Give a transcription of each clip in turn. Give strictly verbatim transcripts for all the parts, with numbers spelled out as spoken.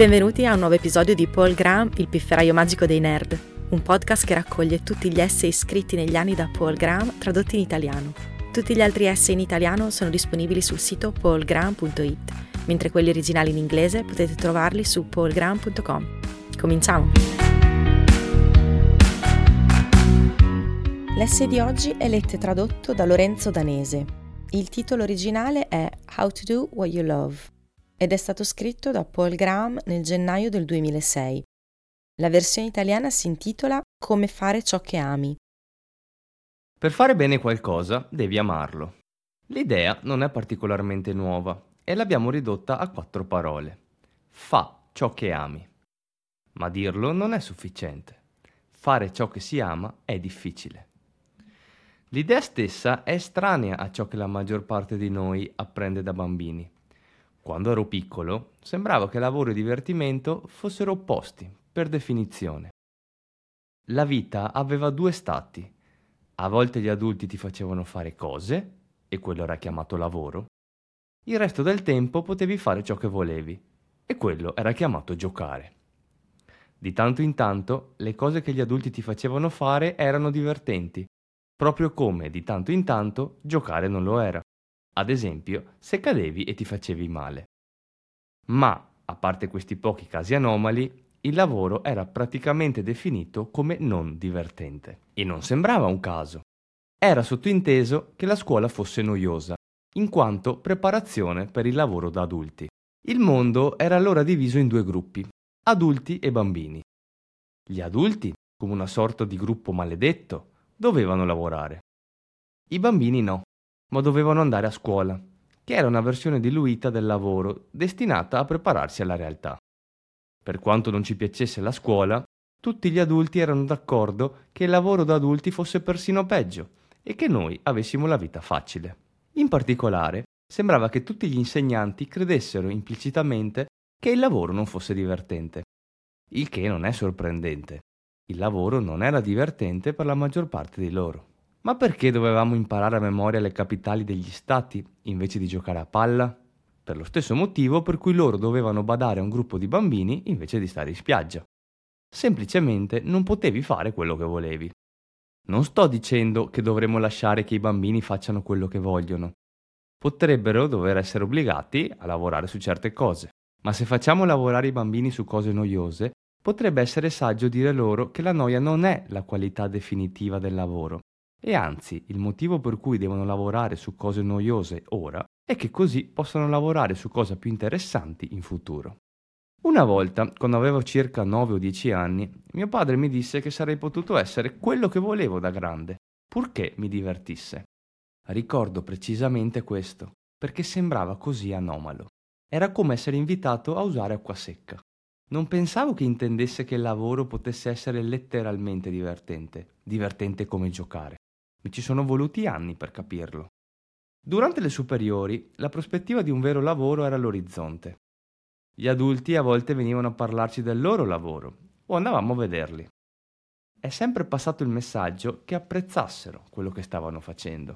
Benvenuti a un nuovo episodio di Paul Graham, il pifferaio magico dei nerd, un podcast che raccoglie tutti gli essay scritti negli anni da Paul Graham tradotti in italiano. Tutti gli altri essay in italiano sono disponibili sul sito paul graham punto it, mentre quelli originali in inglese potete trovarli su paul graham punto com. Cominciamo! L'essay di oggi è letto e tradotto da Lorenzo Danese. Il titolo originale è How to Do What You Love ed è stato scritto da Paul Graham nel gennaio del duemilasei. La versione italiana si intitola Come fare ciò che ami. Per fare bene qualcosa devi amarlo. L'idea non è particolarmente nuova e l'abbiamo ridotta a quattro parole. Fa ciò che ami. Ma dirlo non è sufficiente. Fare ciò che si ama è difficile. L'idea stessa è estranea a ciò che la maggior parte di noi apprende da bambini. Quando ero piccolo, sembrava che lavoro e divertimento fossero opposti, per definizione. La vita aveva due stati. A volte gli adulti ti facevano fare cose, e quello era chiamato lavoro. Il resto del tempo potevi fare ciò che volevi, e quello era chiamato giocare. Di tanto in tanto, le cose che gli adulti ti facevano fare erano divertenti, proprio come di tanto in tanto giocare non lo era. Ad esempio, se cadevi e ti facevi male. Ma, a parte questi pochi casi anomali, il lavoro era praticamente definito come non divertente. E non sembrava un caso. Era sottointeso che la scuola fosse noiosa, in quanto preparazione per il lavoro da adulti. Il mondo era allora diviso in due gruppi, adulti e bambini. Gli adulti, come una sorta di gruppo maledetto, dovevano lavorare. I bambini no, ma dovevano andare a scuola, che era una versione diluita del lavoro destinata a prepararsi alla realtà. Per quanto non ci piacesse la scuola, tutti gli adulti erano d'accordo che il lavoro da adulti fosse persino peggio e che noi avessimo la vita facile. In particolare, sembrava che tutti gli insegnanti credessero implicitamente che il lavoro non fosse divertente. Il che non è sorprendente. Il lavoro non era divertente per la maggior parte di loro. Ma perché dovevamo imparare a memoria le capitali degli stati invece di giocare a palla? Per lo stesso motivo per cui loro dovevano badare a un gruppo di bambini invece di stare in spiaggia. Semplicemente non potevi fare quello che volevi. Non sto dicendo che dovremmo lasciare che i bambini facciano quello che vogliono. Potrebbero dover essere obbligati a lavorare su certe cose. Ma se facciamo lavorare i bambini su cose noiose, potrebbe essere saggio dire loro che la noia non è la qualità definitiva del lavoro. E anzi, il motivo per cui devono lavorare su cose noiose ora è che così possano lavorare su cose più interessanti in futuro. Una volta, quando avevo circa nove o dieci anni, mio padre mi disse che sarei potuto essere quello che volevo da grande, purché mi divertisse. Ricordo precisamente questo, perché sembrava così anomalo. Era come essere invitato a usare acqua secca. Non pensavo che intendesse che il lavoro potesse essere letteralmente divertente, divertente come giocare. Mi ci sono voluti anni per capirlo. Durante le superiori, la prospettiva di un vero lavoro era all'orizzonte. Gli adulti a volte venivano a parlarci del loro lavoro, o andavamo a vederli. È sempre passato il messaggio che apprezzassero quello che stavano facendo.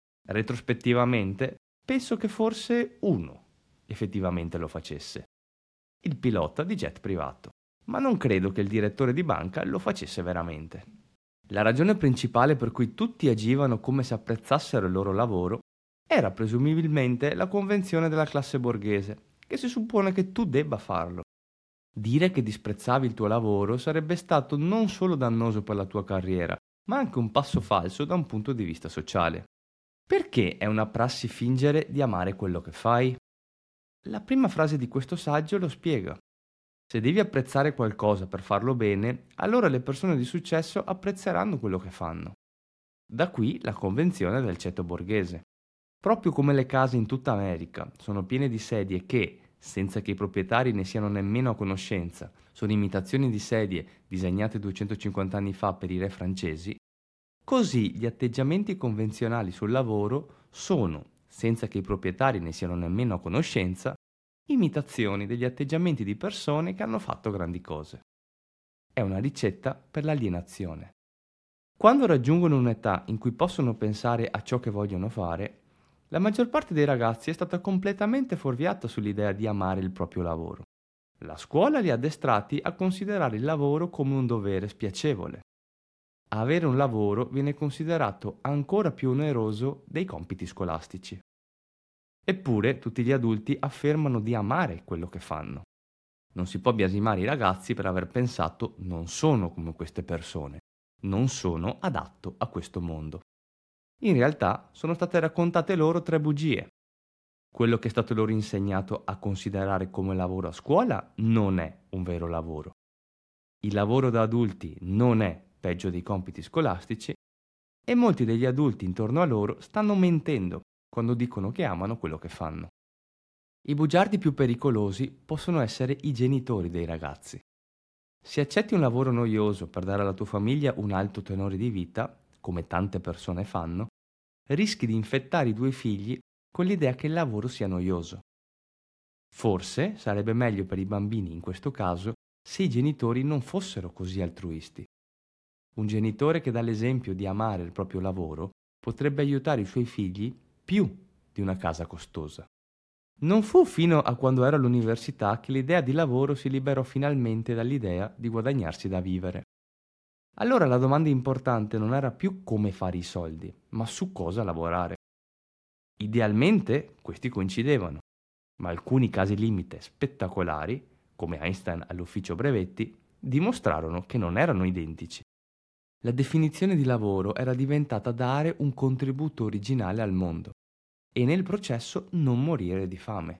Retrospettivamente, penso che forse uno effettivamente lo facesse. Il pilota di jet privato. Ma non credo che il direttore di banca lo facesse veramente. La ragione principale per cui tutti agivano come se apprezzassero il loro lavoro era presumibilmente la convenzione della classe borghese, che si suppone che tu debba farlo. Dire che disprezzavi il tuo lavoro sarebbe stato non solo dannoso per la tua carriera, ma anche un passo falso da un punto di vista sociale. Perché è una prassi fingere di amare quello che fai? La prima frase di questo saggio lo spiega. Se devi apprezzare qualcosa per farlo bene, allora le persone di successo apprezzeranno quello che fanno. Da qui la convenzione del ceto borghese. Proprio come le case in tutta America sono piene di sedie che, senza che i proprietari ne siano nemmeno a conoscenza, sono imitazioni di sedie disegnate duecentocinquanta anni fa per i re francesi, così gli atteggiamenti convenzionali sul lavoro sono, senza che i proprietari ne siano nemmeno a conoscenza, imitazioni degli atteggiamenti di persone che hanno fatto grandi cose. È una ricetta per l'alienazione. Quando raggiungono un'età in cui possono pensare a ciò che vogliono fare, la maggior parte dei ragazzi è stata completamente fuorviata sull'idea di amare il proprio lavoro. La scuola li ha addestrati a considerare il lavoro come un dovere spiacevole. Avere un lavoro viene considerato ancora più oneroso dei compiti scolastici. Eppure tutti gli adulti affermano di amare quello che fanno. Non si può biasimare i ragazzi per aver pensato non sono come queste persone, non sono adatto a questo mondo. In realtà sono state raccontate loro tre bugie. Quello che è stato loro insegnato a considerare come lavoro a scuola non è un vero lavoro. Il lavoro da adulti non è peggio dei compiti scolastici e molti degli adulti intorno a loro stanno mentendo quando dicono che amano quello che fanno. I bugiardi più pericolosi possono essere i genitori dei ragazzi. Se accetti un lavoro noioso per dare alla tua famiglia un alto tenore di vita, come tante persone fanno, rischi di infettare i tuoi figli con l'idea che il lavoro sia noioso. Forse sarebbe meglio per i bambini in questo caso se i genitori non fossero così altruisti. Un genitore che dà l'esempio di amare il proprio lavoro potrebbe aiutare i suoi figli più di una casa costosa. Non fu fino a quando ero all'università che l'idea di lavoro si liberò finalmente dall'idea di guadagnarsi da vivere. Allora la domanda importante non era più come fare i soldi, ma su cosa lavorare. Idealmente questi coincidevano, ma alcuni casi limite spettacolari, come Einstein all'ufficio brevetti, dimostrarono che non erano identici. La definizione di lavoro era diventata dare un contributo originale al mondo e nel processo non morire di fame.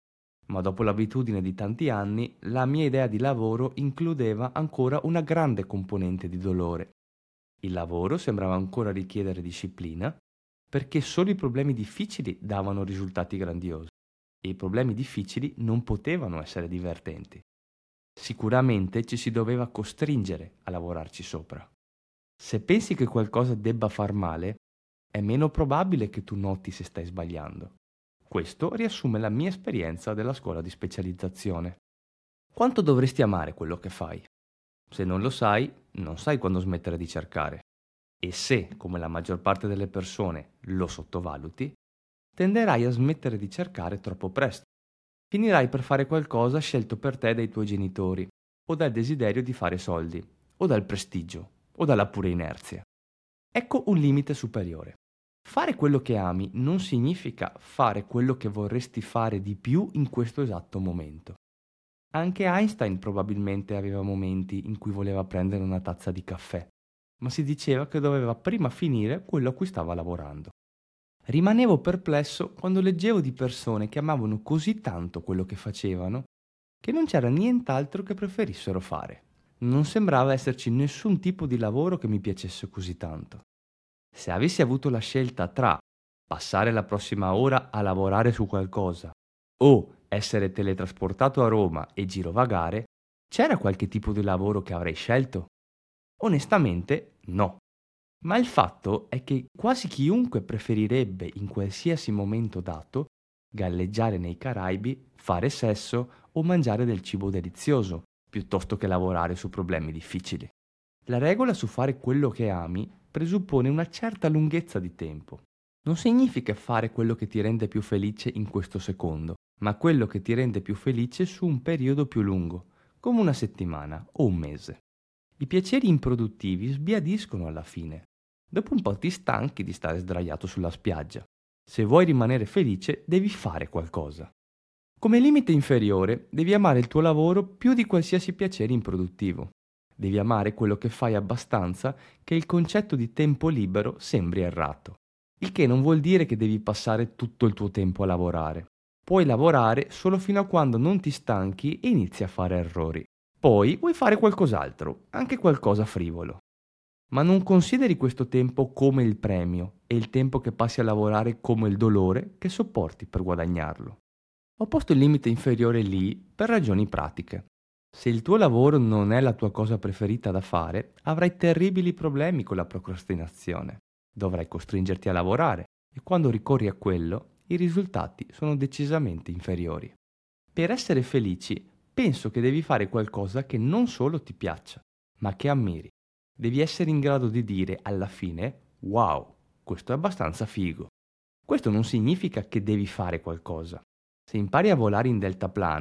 Ma dopo l'abitudine di tanti anni, la mia idea di lavoro includeva ancora una grande componente di dolore. Il lavoro sembrava ancora richiedere disciplina, perché solo i problemi difficili davano risultati grandiosi e i problemi difficili non potevano essere divertenti. Sicuramente ci si doveva costringere a lavorarci sopra. Se pensi che qualcosa debba far male, è meno probabile che tu noti se stai sbagliando. Questo riassume la mia esperienza della scuola di specializzazione. Quanto dovresti amare quello che fai? Se non lo sai, non sai quando smettere di cercare. E se, come la maggior parte delle persone, lo sottovaluti, tenderai a smettere di cercare troppo presto. Finirai per fare qualcosa scelto per te dai tuoi genitori, o dal desiderio di fare soldi, o dal prestigio, o dalla pura inerzia. Ecco un limite superiore. Fare quello che ami non significa fare quello che vorresti fare di più in questo esatto momento. Anche Einstein probabilmente aveva momenti in cui voleva prendere una tazza di caffè, ma si diceva che doveva prima finire quello a cui stava lavorando. Rimanevo perplesso quando leggevo di persone che amavano così tanto quello che facevano che non c'era nient'altro che preferissero fare. Non sembrava esserci nessun tipo di lavoro che mi piacesse così tanto. Se avessi avuto la scelta tra passare la prossima ora a lavorare su qualcosa o essere teletrasportato a Roma e girovagare, c'era qualche tipo di lavoro che avrei scelto? Onestamente, no. Ma il fatto è che quasi chiunque preferirebbe in qualsiasi momento dato galleggiare nei Caraibi, fare sesso o mangiare del cibo delizioso, piuttosto che lavorare su problemi difficili. La regola su fare quello che ami presuppone una certa lunghezza di tempo. Non significa fare quello che ti rende più felice in questo secondo, ma quello che ti rende più felice su un periodo più lungo, come una settimana o un mese. I piaceri improduttivi sbiadiscono alla fine. Dopo un po' ti stanchi di stare sdraiato sulla spiaggia. Se vuoi rimanere felice, devi fare qualcosa. Come limite inferiore, devi amare il tuo lavoro più di qualsiasi piacere improduttivo. Devi amare quello che fai abbastanza che il concetto di tempo libero sembri errato. Il che non vuol dire che devi passare tutto il tuo tempo a lavorare. Puoi lavorare solo fino a quando non ti stanchi e inizi a fare errori. Poi vuoi fare qualcos'altro, anche qualcosa frivolo. Ma non consideri questo tempo come il premio e il tempo che passi a lavorare come il dolore che sopporti per guadagnarlo. Ho posto il limite inferiore lì per ragioni pratiche. Se il tuo lavoro non è la tua cosa preferita da fare, avrai terribili problemi con la procrastinazione. Dovrai costringerti a lavorare e quando ricorri a quello, i risultati sono decisamente inferiori. Per essere felici, penso che devi fare qualcosa che non solo ti piaccia, ma che ammiri. Devi essere in grado di dire alla fine, wow, questo è abbastanza figo. Questo non significa che devi fare qualcosa. Se impari a volare in deltaplano,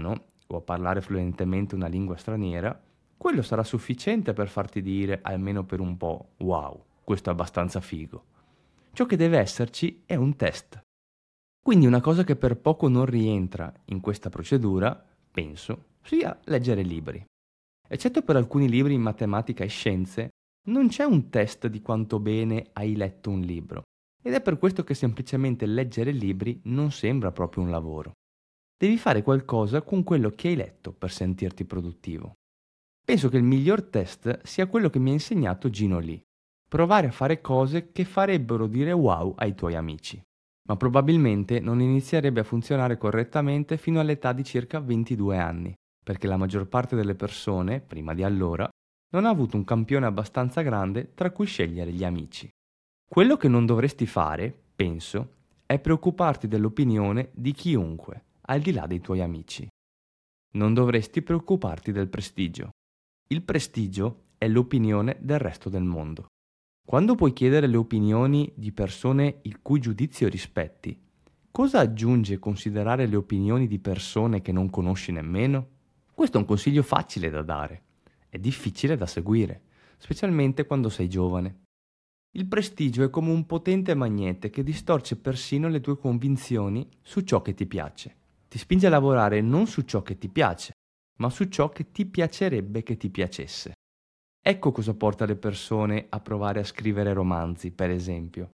o a parlare fluentemente una lingua straniera, quello sarà sufficiente per farti dire, almeno per un po', wow, questo è abbastanza figo. Ciò che deve esserci è un test. Quindi una cosa che per poco non rientra in questa procedura, penso, sia leggere libri. Eccetto per alcuni libri in matematica e scienze, non c'è un test di quanto bene hai letto un libro. Ed è per questo che semplicemente leggere libri non sembra proprio un lavoro. Devi fare qualcosa con quello che hai letto per sentirti produttivo. Penso che il miglior test sia quello che mi ha insegnato Gino Lee. Provare a fare cose che farebbero dire wow ai tuoi amici. Ma probabilmente non inizierebbe a funzionare correttamente fino all'età di circa ventidue anni, perché la maggior parte delle persone, prima di allora, non ha avuto un campione abbastanza grande tra cui scegliere gli amici. Quello che non dovresti fare, penso, è preoccuparti dell'opinione di chiunque, al di là dei tuoi amici. Non dovresti preoccuparti del prestigio. Il prestigio è l'opinione del resto del mondo. Quando puoi chiedere le opinioni di persone il cui giudizio rispetti, cosa aggiunge considerare le opinioni di persone che non conosci nemmeno? Questo è un consiglio facile da dare, è difficile da seguire, specialmente quando sei giovane. Il prestigio è come un potente magnete che distorce persino le tue convinzioni su ciò che ti piace. Ti spinge a lavorare non su ciò che ti piace, ma su ciò che ti piacerebbe che ti piacesse. Ecco cosa porta le persone a provare a scrivere romanzi, per esempio.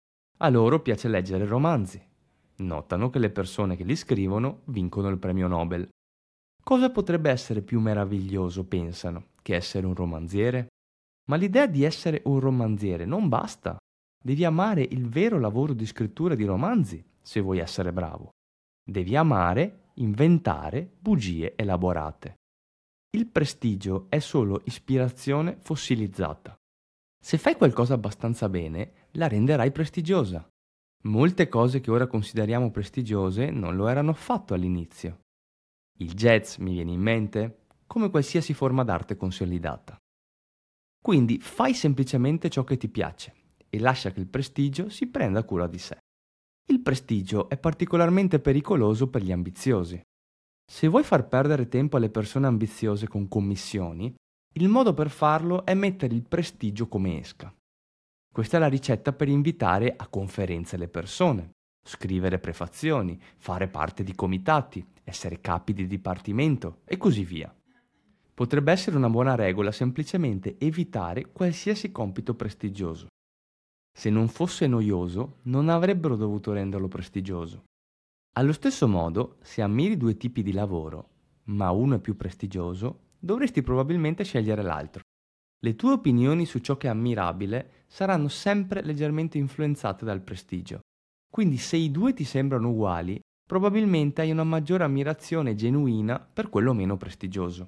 A loro piace leggere romanzi. Notano che le persone che li scrivono vincono il premio Nobel. Cosa potrebbe essere più meraviglioso, pensano, che essere un romanziere? Ma l'idea di essere un romanziere non basta. Devi amare il vero lavoro di scrittura di romanzi, se vuoi essere bravo. Devi amare inventare bugie elaborate. Il prestigio è solo ispirazione fossilizzata. Se fai qualcosa abbastanza bene, la renderai prestigiosa. Molte cose che ora consideriamo prestigiose non lo erano affatto all'inizio. Il jazz mi viene in mente, come qualsiasi forma d'arte consolidata. Quindi fai semplicemente ciò che ti piace e lascia che il prestigio si prenda cura di sé. Il prestigio è particolarmente pericoloso per gli ambiziosi. Se vuoi far perdere tempo alle persone ambiziose con commissioni, il modo per farlo è mettere il prestigio come esca. Questa è la ricetta per invitare a conferenze le persone, scrivere prefazioni, fare parte di comitati, essere capi di dipartimento e così via. Potrebbe essere una buona regola semplicemente evitare qualsiasi compito prestigioso. Se non fosse noioso, non avrebbero dovuto renderlo prestigioso. Allo stesso modo, se ammiri due tipi di lavoro, ma uno è più prestigioso, dovresti probabilmente scegliere l'altro. Le tue opinioni su ciò che è ammirabile saranno sempre leggermente influenzate dal prestigio. Quindi se i due ti sembrano uguali, probabilmente hai una maggiore ammirazione genuina per quello meno prestigioso.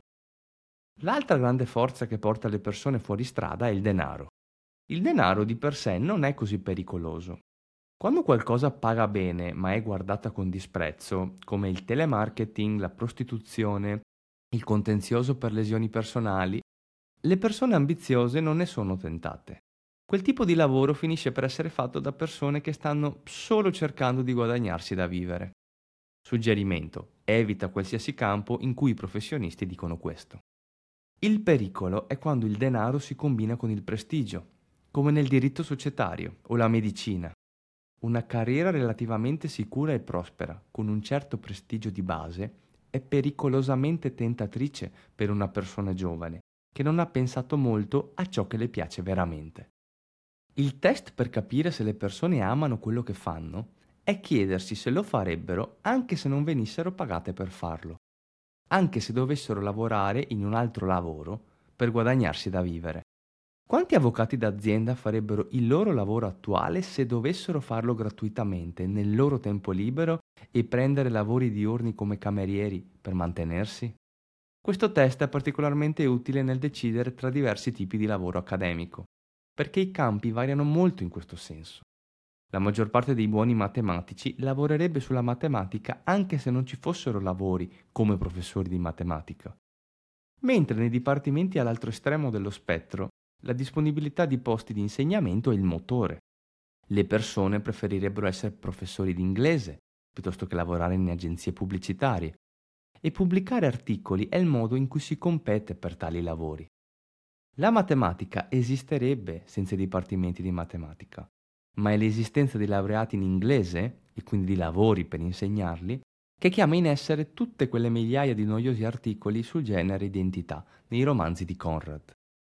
L'altra grande forza che porta le persone fuori strada è il denaro. Il denaro di per sé non è così pericoloso. Quando qualcosa paga bene ma è guardata con disprezzo, come il telemarketing, la prostituzione, il contenzioso per lesioni personali, le persone ambiziose non ne sono tentate. Quel tipo di lavoro finisce per essere fatto da persone che stanno solo cercando di guadagnarsi da vivere. Suggerimento: evita qualsiasi campo in cui i professionisti dicono questo. Il pericolo è quando il denaro si combina con il prestigio, come nel diritto societario o la medicina. Una carriera relativamente sicura e prospera, con un certo prestigio di base, è pericolosamente tentatrice per una persona giovane, che non ha pensato molto a ciò che le piace veramente. Il test per capire se le persone amano quello che fanno è chiedersi se lo farebbero anche se non venissero pagate per farlo, anche se dovessero lavorare in un altro lavoro per guadagnarsi da vivere. Quanti avvocati d'azienda farebbero il loro lavoro attuale se dovessero farlo gratuitamente nel loro tempo libero e prendere lavori diurni come camerieri per mantenersi? Questo test è particolarmente utile nel decidere tra diversi tipi di lavoro accademico, perché i campi variano molto in questo senso. La maggior parte dei buoni matematici lavorerebbe sulla matematica anche se non ci fossero lavori come professori di matematica. Mentre nei dipartimenti all'altro estremo dello spettro, la disponibilità di posti di insegnamento è il motore. Le persone preferirebbero essere professori di inglese piuttosto che lavorare in agenzie pubblicitarie. e pubblicare articoli è il modo in cui si compete per tali lavori. La matematica esisterebbe senza i dipartimenti di matematica, ma è l'esistenza di laureati in inglese, e quindi di lavori per insegnarli, che chiama in essere tutte quelle migliaia di noiosi articoli sul genere e identità nei romanzi di Conrad.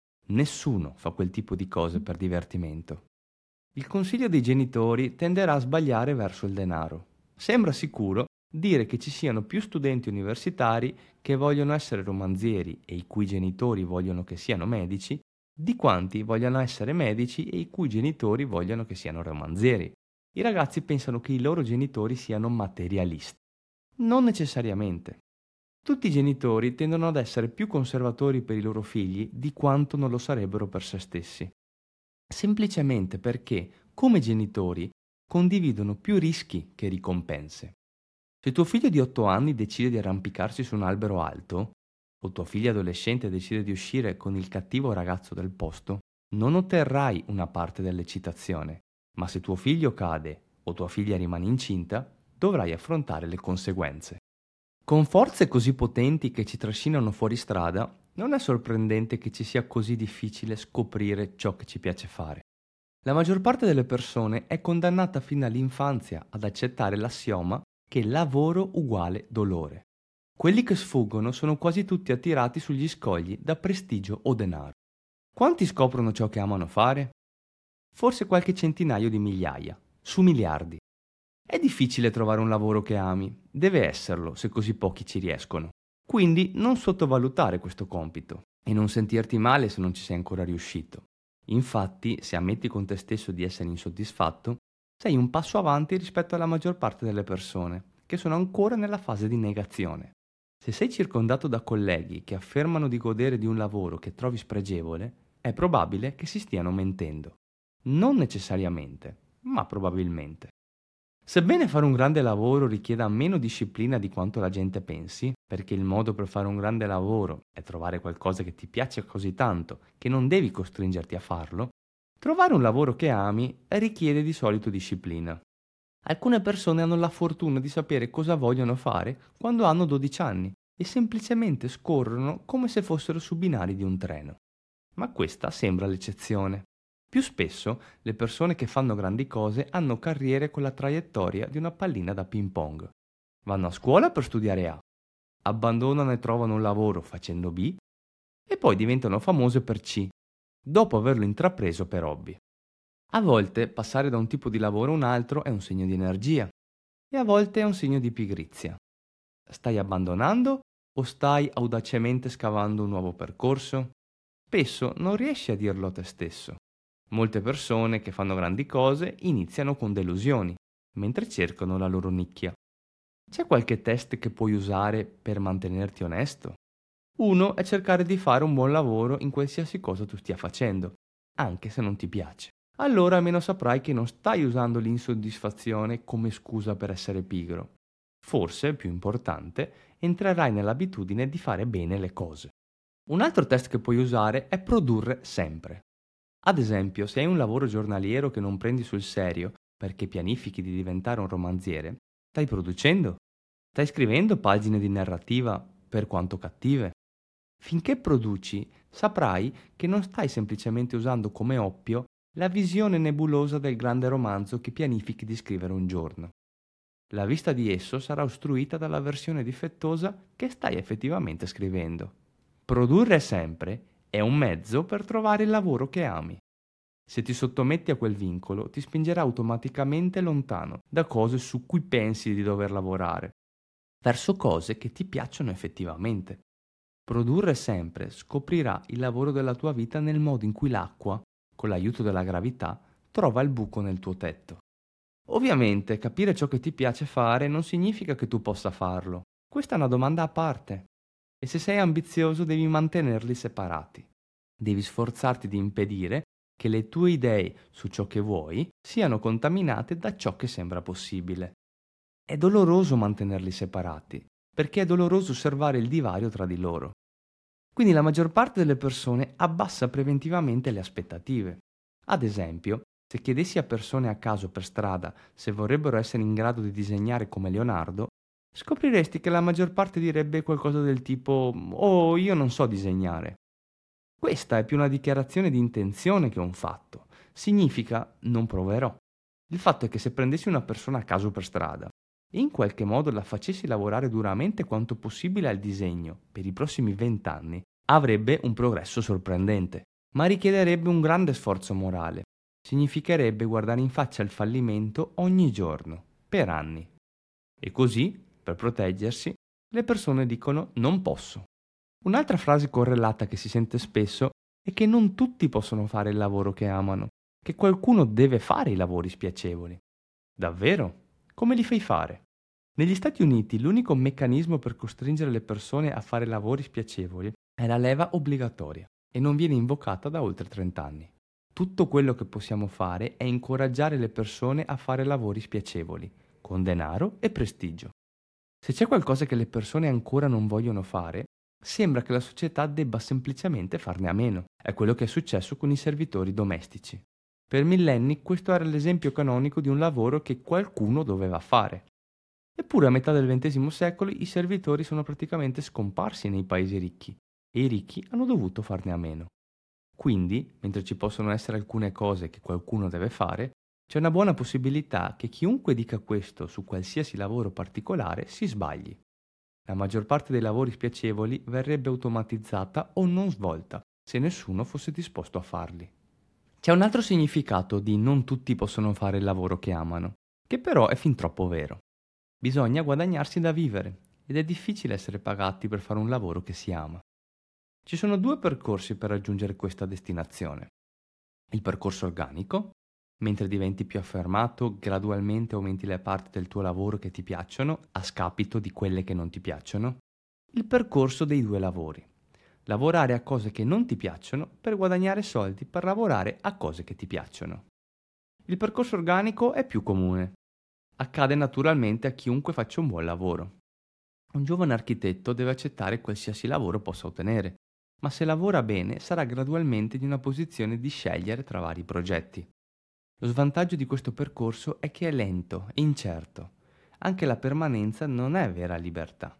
Nessuno fa quel tipo di cose per divertimento. Il consiglio dei genitori tenderà a sbagliare verso il denaro. Sembra sicuro dire che ci siano più studenti universitari che vogliono essere romanzieri e i cui genitori vogliono che siano medici, di quanti vogliano essere medici e i cui genitori vogliono che siano romanzieri. I ragazzi pensano che i loro genitori siano materialisti. Non necessariamente. Tutti i genitori tendono ad essere più conservatori per i loro figli di quanto non lo sarebbero per se stessi. Semplicemente perché, come genitori, condividono più rischi che ricompense. Se tuo figlio di otto anni decide di arrampicarsi su un albero alto, o tua figlia adolescente decide di uscire con il cattivo ragazzo del posto, non otterrai una parte dell'eccitazione, ma se tuo figlio cade o tua figlia rimane incinta, dovrai affrontare le conseguenze. Con forze così potenti che ci trascinano fuori strada, non è sorprendente che ci sia così difficile scoprire ciò che ci piace fare. La maggior parte delle persone è condannata fin dall'infanzia ad accettare l'assioma che lavoro uguale dolore. Quelli che sfuggono sono quasi tutti attirati sugli scogli da prestigio o denaro. Quanti scoprono ciò che amano fare? Forse qualche centinaio di migliaia, su miliardi. È difficile trovare un lavoro che ami, deve esserlo se così pochi ci riescono. Quindi non sottovalutare questo compito e non sentirti male se non ci sei ancora riuscito. Infatti, se ammetti con te stesso di essere insoddisfatto, sei un passo avanti rispetto alla maggior parte delle persone, che sono ancora nella fase di negazione. Se sei circondato da colleghi che affermano di godere di un lavoro che trovi spregevole, è probabile che si stiano mentendo. Non necessariamente, ma probabilmente. Sebbene fare un grande lavoro richieda meno disciplina di quanto la gente pensi, perché il modo per fare un grande lavoro è trovare qualcosa che ti piace così tanto che non devi costringerti a farlo, trovare un lavoro che ami richiede di solito disciplina. Alcune persone hanno la fortuna di sapere cosa vogliono fare quando hanno dodici anni e semplicemente scorrono come se fossero su binari di un treno. Ma questa sembra l'eccezione. Più spesso le persone che fanno grandi cose hanno carriere con la traiettoria di una pallina da ping pong. Vanno a scuola per studiare A, abbandonano e trovano un lavoro facendo B e poi diventano famose per C, dopo averlo intrapreso per hobby. A volte passare da un tipo di lavoro a un altro è un segno di energia e a volte è un segno di pigrizia. Stai abbandonando o stai audacemente scavando un nuovo percorso? Spesso non riesci a dirlo a te stesso. Molte persone che fanno grandi cose iniziano con delusioni, mentre cercano la loro nicchia. C'è qualche test che puoi usare per mantenerti onesto? Uno è cercare di fare un buon lavoro in qualsiasi cosa tu stia facendo, anche se non ti piace. Allora almeno saprai che non stai usando l'insoddisfazione come scusa per essere pigro. Forse, più importante, entrerai nell'abitudine di fare bene le cose. Un altro test che puoi usare è produrre sempre. Ad esempio, se hai un lavoro giornaliero che non prendi sul serio perché pianifichi di diventare un romanziere, stai producendo? Stai scrivendo pagine di narrativa, per quanto cattive? Finché produci, saprai che non stai semplicemente usando come oppio la visione nebulosa del grande romanzo che pianifichi di scrivere un giorno. La vista di esso sarà ostruita dalla versione difettosa che stai effettivamente scrivendo. Produrre sempre è un mezzo per trovare il lavoro che ami. Se ti sottometti a quel vincolo, ti spingerà automaticamente lontano da cose su cui pensi di dover lavorare, verso cose che ti piacciono effettivamente. Produrre sempre scoprirà il lavoro della tua vita nel modo in cui l'acqua, con l'aiuto della gravità, trova il buco nel tuo tetto. Ovviamente, capire ciò che ti piace fare non significa che tu possa farlo. Questa è una domanda a parte. E se sei ambizioso devi mantenerli separati. Devi sforzarti di impedire che le tue idee su ciò che vuoi siano contaminate da ciò che sembra possibile. È doloroso mantenerli separati, perché è doloroso osservare il divario tra di loro. Quindi la maggior parte delle persone abbassa preventivamente le aspettative. Ad esempio, se chiedessi a persone a caso per strada se vorrebbero essere in grado di disegnare come Leonardo, scopriresti che la maggior parte direbbe qualcosa del tipo «Oh, io non so disegnare». Questa è più una dichiarazione di intenzione che un fatto. Significa «non proverò». Il fatto è che se prendessi una persona a caso per strada e in qualche modo la facessi lavorare duramente quanto possibile al disegno per i prossimi vent'anni, avrebbe un progresso sorprendente, ma richiederebbe un grande sforzo morale. Significherebbe guardare in faccia il fallimento ogni giorno, per anni. E così, per proteggersi, le persone dicono non posso. Un'altra frase correlata che si sente spesso è che non tutti possono fare il lavoro che amano, che qualcuno deve fare i lavori spiacevoli. Davvero? Come li fai fare? Negli Stati Uniti l'unico meccanismo per costringere le persone a fare lavori spiacevoli è la leva obbligatoria e non viene invocata da oltre trenta anni. Tutto quello che possiamo fare è incoraggiare le persone a fare lavori spiacevoli, con denaro e prestigio. Se c'è qualcosa che le persone ancora non vogliono fare, sembra che la società debba semplicemente farne a meno. È quello che è successo con i servitori domestici. Per millenni questo era l'esempio canonico di un lavoro che qualcuno doveva fare. Eppure a metà del ventesimo secolo i servitori sono praticamente scomparsi nei paesi ricchi e i ricchi hanno dovuto farne a meno. Quindi, mentre ci possono essere alcune cose che qualcuno deve fare, c'è una buona possibilità che chiunque dica questo su qualsiasi lavoro particolare si sbagli. La maggior parte dei lavori spiacevoli verrebbe automatizzata o non svolta se nessuno fosse disposto a farli. C'è un altro significato di non tutti possono fare il lavoro che amano, che però è fin troppo vero. Bisogna guadagnarsi da vivere ed è difficile essere pagati per fare un lavoro che si ama. Ci sono due percorsi per raggiungere questa destinazione. Il percorso organico, mentre diventi più affermato, gradualmente aumenti le parti del tuo lavoro che ti piacciono a scapito di quelle che non ti piacciono. Il percorso dei due lavori. Lavorare a cose che non ti piacciono per guadagnare soldi per lavorare a cose che ti piacciono. Il percorso organico è più comune. Accade naturalmente a chiunque faccia un buon lavoro. Un giovane architetto deve accettare qualsiasi lavoro possa ottenere, ma se lavora bene sarà gradualmente in una posizione di scegliere tra vari progetti. Lo svantaggio di questo percorso è che è lento e incerto. Anche la permanenza non è vera libertà.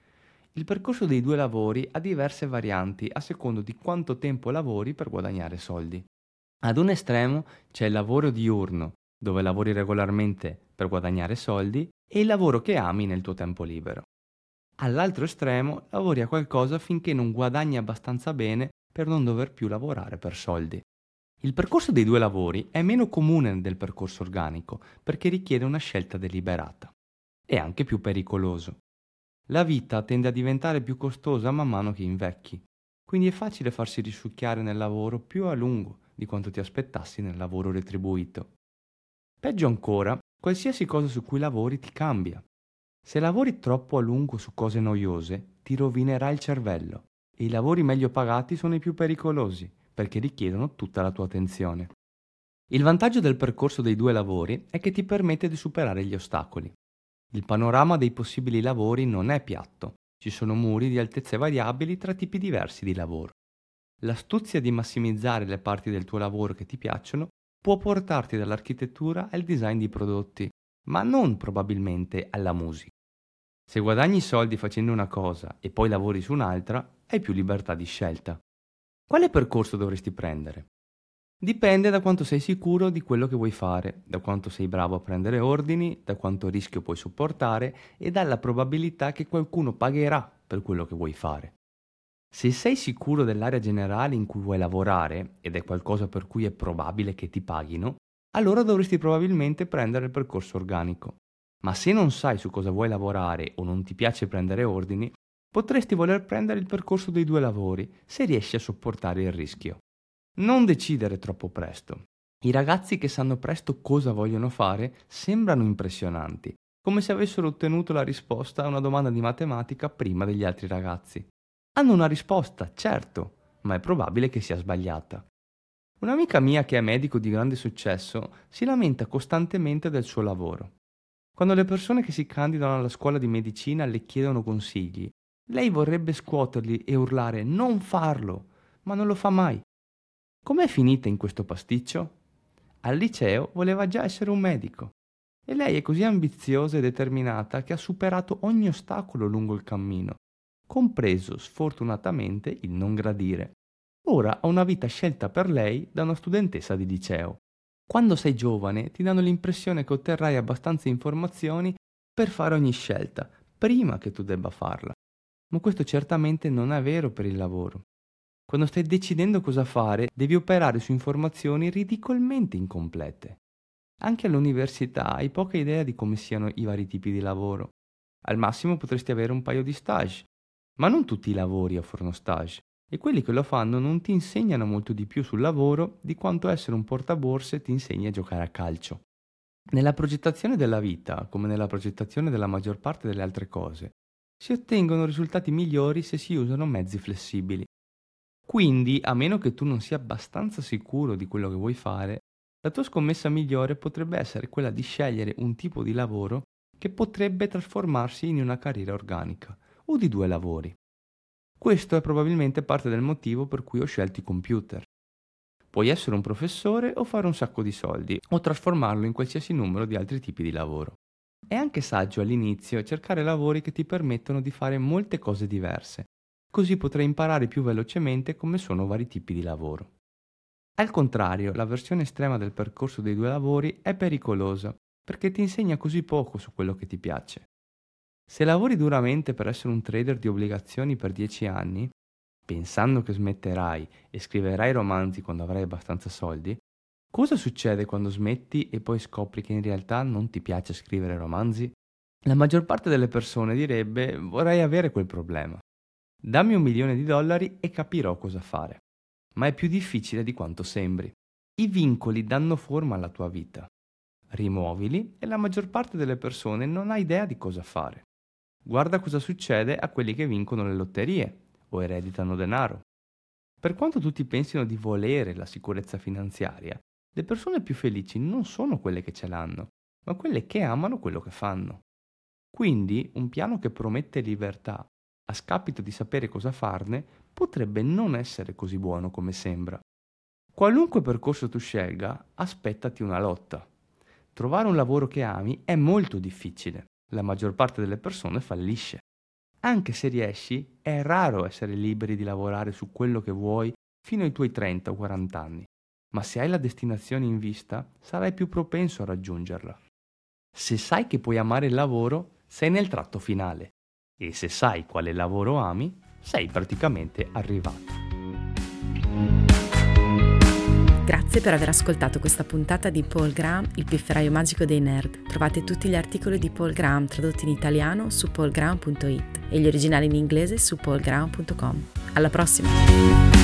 Il percorso dei due lavori ha diverse varianti a secondo di quanto tempo lavori per guadagnare soldi. Ad un estremo c'è il lavoro diurno, dove lavori regolarmente per guadagnare soldi, e il lavoro che ami nel tuo tempo libero. All'altro estremo lavori a qualcosa finché non guadagni abbastanza bene per non dover più lavorare per soldi. Il percorso dei due lavori è meno comune del percorso organico perché richiede una scelta deliberata. È anche più pericoloso. La vita tende a diventare più costosa man mano che invecchi, quindi è facile farsi risucchiare nel lavoro più a lungo di quanto ti aspettassi nel lavoro retribuito. Peggio ancora, qualsiasi cosa su cui lavori ti cambia. Se lavori troppo a lungo su cose noiose, ti rovinerà il cervello e i lavori meglio pagati sono i più pericolosi perché richiedono tutta la tua attenzione. Il vantaggio del percorso dei due lavori è che ti permette di superare gli ostacoli. Il panorama dei possibili lavori non è piatto, ci sono muri di altezze variabili tra tipi diversi di lavoro. L'astuzia di massimizzare le parti del tuo lavoro che ti piacciono può portarti dall'architettura al design di prodotti, ma non probabilmente alla musica. Se guadagni soldi facendo una cosa e poi lavori su un'altra, hai più libertà di scelta. Quale percorso dovresti prendere? Dipende da quanto sei sicuro di quello che vuoi fare, da quanto sei bravo a prendere ordini, da quanto rischio puoi sopportare e dalla probabilità che qualcuno pagherà per quello che vuoi fare. Se sei sicuro dell'area generale in cui vuoi lavorare, ed è qualcosa per cui è probabile che ti paghino, allora dovresti probabilmente prendere il percorso organico. Ma se non sai su cosa vuoi lavorare o non ti piace prendere ordini, potresti voler prendere il percorso dei due lavori se riesci a sopportare il rischio. Non decidere troppo presto. I ragazzi che sanno presto cosa vogliono fare sembrano impressionanti, come se avessero ottenuto la risposta a una domanda di matematica prima degli altri ragazzi. Hanno una risposta, certo, ma è probabile che sia sbagliata. Un'amica mia che è medico di grande successo si lamenta costantemente del suo lavoro. Quando le persone che si candidano alla scuola di medicina le chiedono consigli, lei vorrebbe scuoterli e urlare «non farlo», ma non lo fa mai. Com'è finita in questo pasticcio? Al liceo voleva già essere un medico. E lei è così ambiziosa e determinata che ha superato ogni ostacolo lungo il cammino, compreso sfortunatamente il non gradire. Ora ha una vita scelta per lei da una studentessa di liceo. Quando sei giovane ti danno l'impressione che otterrai abbastanza informazioni per fare ogni scelta, prima che tu debba farla. Ma questo certamente non è vero per il lavoro. Quando stai decidendo cosa fare, devi operare su informazioni ridicolmente incomplete. Anche all'università hai poca idea di come siano i vari tipi di lavoro. Al massimo potresti avere un paio di stage, ma non tutti i lavori offrono stage e quelli che lo fanno non ti insegnano molto di più sul lavoro di quanto essere un portaborse ti insegni a giocare a calcio. Nella progettazione della vita, come nella progettazione della maggior parte delle altre cose, si ottengono risultati migliori se si usano mezzi flessibili. Quindi, a meno che tu non sia abbastanza sicuro di quello che vuoi fare, la tua scommessa migliore potrebbe essere quella di scegliere un tipo di lavoro che potrebbe trasformarsi in una carriera organica, o di due lavori. Questo è probabilmente parte del motivo per cui ho scelto i computer. Puoi essere un professore o fare un sacco di soldi, o trasformarlo in qualsiasi numero di altri tipi di lavoro. È anche saggio all'inizio cercare lavori che ti permettono di fare molte cose diverse, così potrai imparare più velocemente come sono vari tipi di lavoro. Al contrario, la versione estrema del percorso dei due lavori è pericolosa, perché ti insegna così poco su quello che ti piace. Se lavori duramente per essere un trader di obbligazioni per dieci anni, pensando che smetterai e scriverai romanzi quando avrai abbastanza soldi, cosa succede quando smetti e poi scopri che in realtà non ti piace scrivere romanzi? La maggior parte delle persone direbbe: vorrei avere quel problema. Dammi un milione di dollari e capirò cosa fare. Ma è più difficile di quanto sembri. I vincoli danno forma alla tua vita. Rimuovili e la maggior parte delle persone non ha idea di cosa fare. Guarda cosa succede a quelli che vincono le lotterie o ereditano denaro. Per quanto tutti pensino di volere la sicurezza finanziaria, le persone più felici non sono quelle che ce l'hanno, ma quelle che amano quello che fanno. Quindi un piano che promette libertà, a scapito di sapere cosa farne, potrebbe non essere così buono come sembra. Qualunque percorso tu scelga, aspettati una lotta. Trovare un lavoro che ami è molto difficile. La maggior parte delle persone fallisce. Anche se riesci, è raro essere liberi di lavorare su quello che vuoi fino ai tuoi trenta o quaranta anni. Ma se hai la destinazione in vista, sarai più propenso a raggiungerla. Se sai che puoi amare il lavoro, sei nel tratto finale. E se sai quale lavoro ami, sei praticamente arrivato. Grazie per aver ascoltato questa puntata di Paul Graham, il pifferaio magico dei nerd. Trovate tutti gli articoli di Paul Graham tradotti in italiano su paul graham punto it e gli originali in inglese su paul graham punto com. Alla prossima!